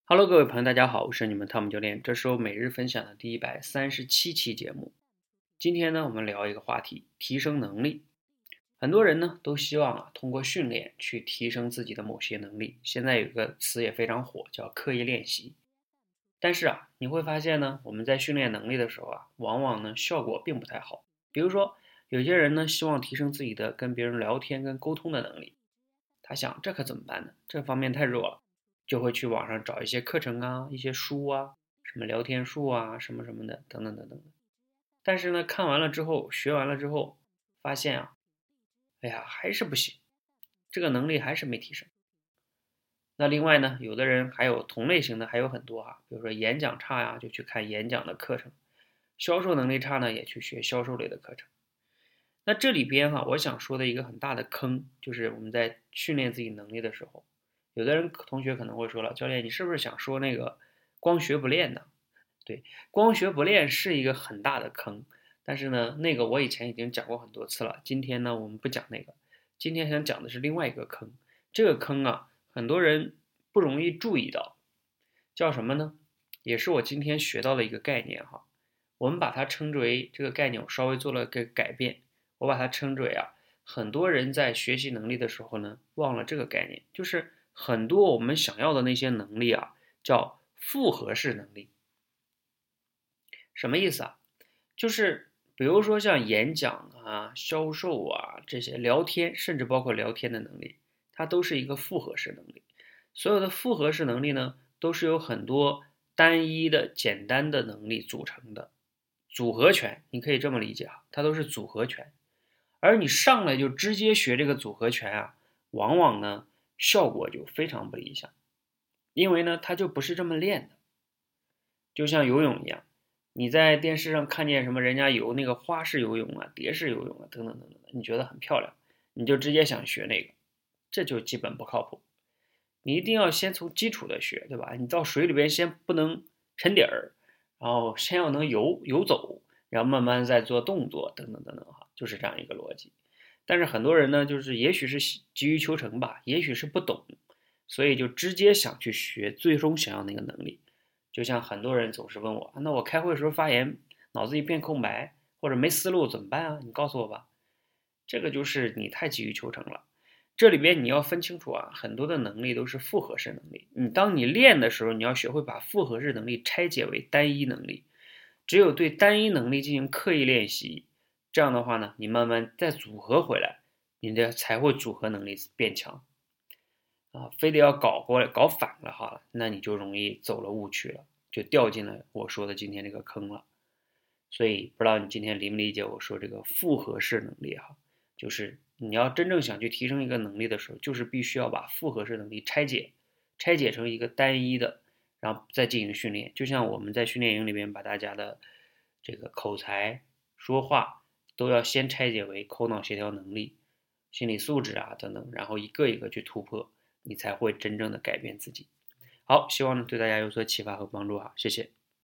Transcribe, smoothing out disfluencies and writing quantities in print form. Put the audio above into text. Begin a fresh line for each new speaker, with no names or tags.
Hello，各位朋友，大家好，我是你们汤姆教练，这是我每日分享的第137期节目。今天呢，我们聊一个话题，提升能力。很多人呢都希望通过训练去提升自己的某些能力。现在有个词也非常火，叫刻意练习。但是你会发现呢，我们在训练能力的时候往往呢效果并不太好。比如说，有些人呢希望提升自己的跟别人聊天跟沟通的能力，他想这可怎么办呢？这方面太弱了。就会去网上找一些课程一些书什么聊天术什么什么的，等等等等的。但是呢，看完了之后，学完了之后，发现哎呀，还是不行，这个能力还是没提升。那另外呢，有的人还有同类型的还有很多比如说演讲差就去看演讲的课程；销售能力差呢，也去学销售类的课程。那这里边我想说的一个很大的坑，就是我们在训练自己能力的时候，有的人同学可能会说了，教练，你是不是想说那个光学不练呢？对，光学不练是一个很大的坑，但是呢，那个我以前已经讲过很多次了。今天呢，我们不讲那个，今天想讲的是另外一个坑。这个坑很多人不容易注意到，叫什么呢？也是我今天学到的一个概念我们把它称之为这个概念，我稍微做了个改变，我把它称之为很多人在学习能力的时候呢，忘了这个概念，就是很多我们想要的那些能力叫复合式能力。什么意思就是比如说像演讲销售这些聊天，甚至包括聊天的能力，它都是一个复合式能力。所有的复合式能力呢，都是由很多单一的简单的能力组成的组合拳，你可以这么理解它都是组合拳。而你上来就直接学这个组合拳往往呢效果就非常不理想，因为呢它就不是这么练的。就像游泳一样，你在电视上看见什么人家游那个花式游泳蝶式游泳等等等等，你觉得很漂亮，你就直接想学那个，这就基本不靠谱。你一定要先从基础的学，对吧？你到水里边先不能沉底儿，然后先要能游走，然后慢慢再做动作，等等等等就是这样一个逻辑。但是很多人呢，就是也许是急于求成吧，也许是不懂，所以就直接想去学最终想要那个能力。就像很多人总是问我，那我开会的时候发言脑子一片空白，或者没思路怎么办你告诉我吧。这个就是你太急于求成了。这里边你要分清楚很多的能力都是复合式能力。当你练的时候，你要学会把复合式能力拆解为单一能力。只有对单一能力进行刻意练习，这样的话呢，你慢慢再组合回来，你的才会组合能力变强。非得要搞过来搞反了那你就容易走了误区了，就掉进了我说的今天这个坑了。所以不知道你今天理不理解我说这个复合式能力就是你要真正想去提升一个能力的时候，就是必须要把复合式能力拆解成一个单一的，然后再进行训练。就像我们在训练营里面把大家的这个口才、说话都要先拆解为口脑协调能力、心理素质等等，然后一个一个去突破，你才会真正的改变自己。好，希望对大家有所启发和帮助谢谢。